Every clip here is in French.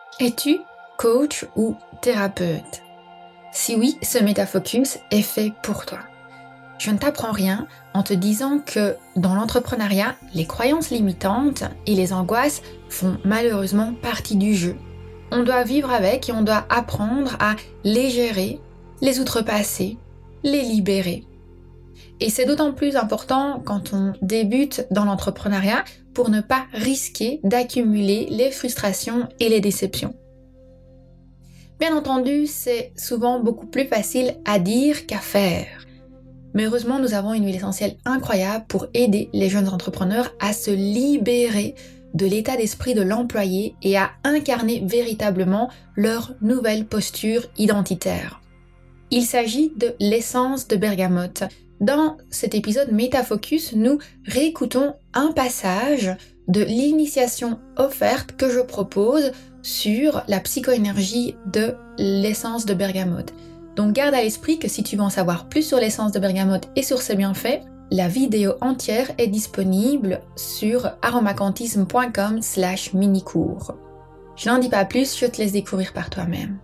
Es-tu coach ou thérapeute? Si oui, ce Métafocus est fait pour toi. Je ne t'apprends rien en te disant que dans l'entrepreneuriat, les croyances limitantes et les angoisses font malheureusement partie du jeu. On doit vivre avec et on doit apprendre à les gérer, les outrepasser, les libérer. Et c'est d'autant plus important quand on débute dans l'entrepreneuriat pour ne pas risquer d'accumuler les frustrations et les déceptions. Bien entendu, c'est souvent beaucoup plus facile à dire qu'à faire. Mais heureusement, nous avons une huile essentielle incroyable pour aider les jeunes entrepreneurs à se libérer de l'état d'esprit de l'employé et à incarner véritablement leur nouvelle posture identitaire. Il s'agit de l'essence de bergamote. Dans cet épisode Métafocus, nous réécoutons un passage de l'initiation offerte que je propose sur la psychoénergie de l'essence de bergamote. Donc garde à l'esprit que si tu veux en savoir plus sur l'essence de bergamote et sur ses bienfaits, la vidéo entière est disponible sur aromacantisme.com/mini-cours. Je n'en dis pas plus, je te laisse découvrir par toi-même.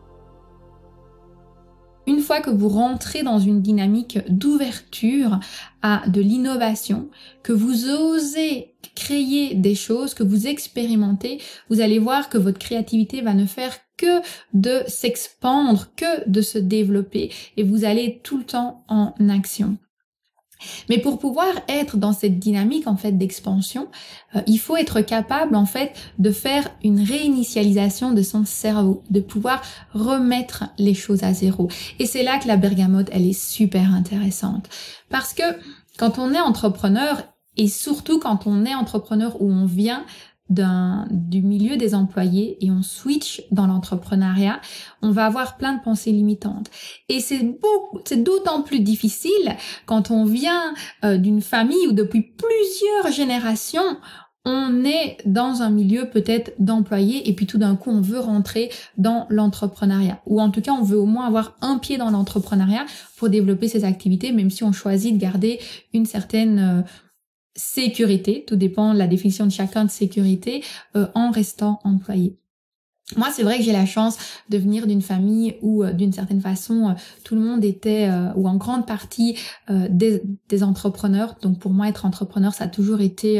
Une fois que vous rentrez dans une dynamique d'ouverture à de l'innovation, que vous osez créer des choses, que vous expérimentez, vous allez voir que votre créativité va ne faire que de s'expandre, que de se développer et vous allez tout le temps en action. Mais pour pouvoir être dans cette dynamique en fait d'expansion, il faut être capable en fait de faire une réinitialisation de son cerveau, de pouvoir remettre les choses à zéro. Et c'est là que la bergamote, elle est super intéressante. Parce que quand on est entrepreneur, et surtout quand on est entrepreneur où on vient du milieu des employés et on switch dans l'entrepreneuriat, on va avoir plein de pensées limitantes. Et c'est d'autant plus difficile quand on vient d'une famille où depuis plusieurs générations, on est dans un milieu peut-être d'employés et puis tout d'un coup, on veut rentrer dans l'entrepreneuriat. Ou en tout cas, on veut au moins avoir un pied dans l'entrepreneuriat pour développer ses activités, même si on choisit de garder une certaine sécurité, tout dépend de la définition de chacun de sécurité, en restant employé. Moi, c'est vrai que j'ai la chance de venir d'une famille où, d'une certaine façon, tout le monde était, ou en grande partie, des entrepreneurs. Donc pour moi, être entrepreneur, ça a toujours été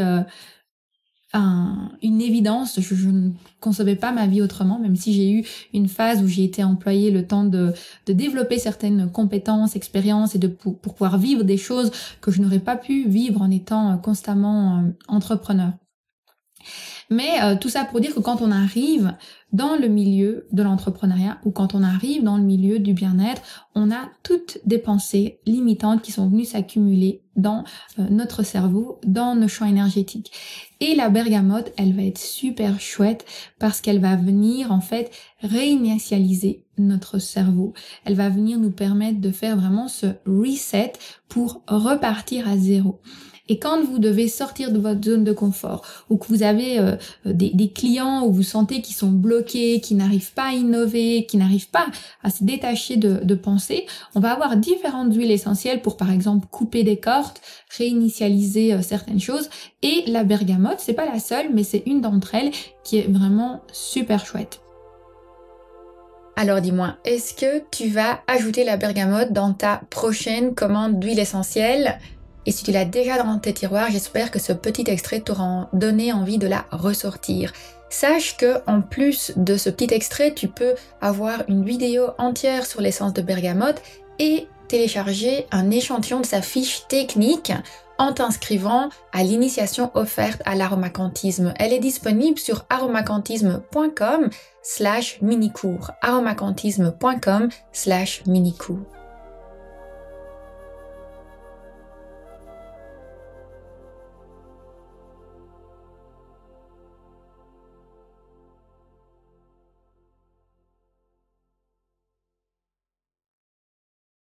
une évidence. Je ne concevais pas ma vie autrement, même si j'ai eu une phase où j'ai été employée le temps de développer certaines compétences, expériences et pour pouvoir vivre des choses que je n'aurais pas pu vivre en étant constamment entrepreneur. Mais tout ça pour dire que quand on arrive dans le milieu de l'entrepreneuriat ou quand on arrive dans le milieu du bien-être, on a toutes des pensées limitantes qui sont venues s'accumuler dans notre cerveau, dans nos champs énergétiques. Et la bergamote, elle va être super chouette parce qu'elle va venir en fait réinitialiser notre cerveau. Elle va venir nous permettre de faire vraiment ce reset pour repartir à zéro. Et quand vous devez sortir de votre zone de confort ou que vous avez des clients où vous sentez qu'ils sont bloqués, qui n'arrivent pas à innover, qui n'arrivent pas à se détacher de pensée, on va avoir différentes huiles essentielles pour par exemple couper des cordes, réinitialiser certaines choses. Et la bergamote, c'est pas la seule, mais c'est une d'entre elles qui est vraiment super chouette. Alors dis-moi, est-ce que tu vas ajouter la bergamote dans ta prochaine commande d'huile essentielle ? Et si tu l'as déjà dans tes tiroirs, j'espère que ce petit extrait t'aura donné envie de la ressortir. Sache que en plus de ce petit extrait, tu peux avoir une vidéo entière sur l'essence de bergamote et télécharger un échantillon de sa fiche technique en t'inscrivant à l'initiation offerte à l'aromacantisme. Elle est disponible sur aromacantisme.com/mini-cours. aromacantisme.com/mini-cours.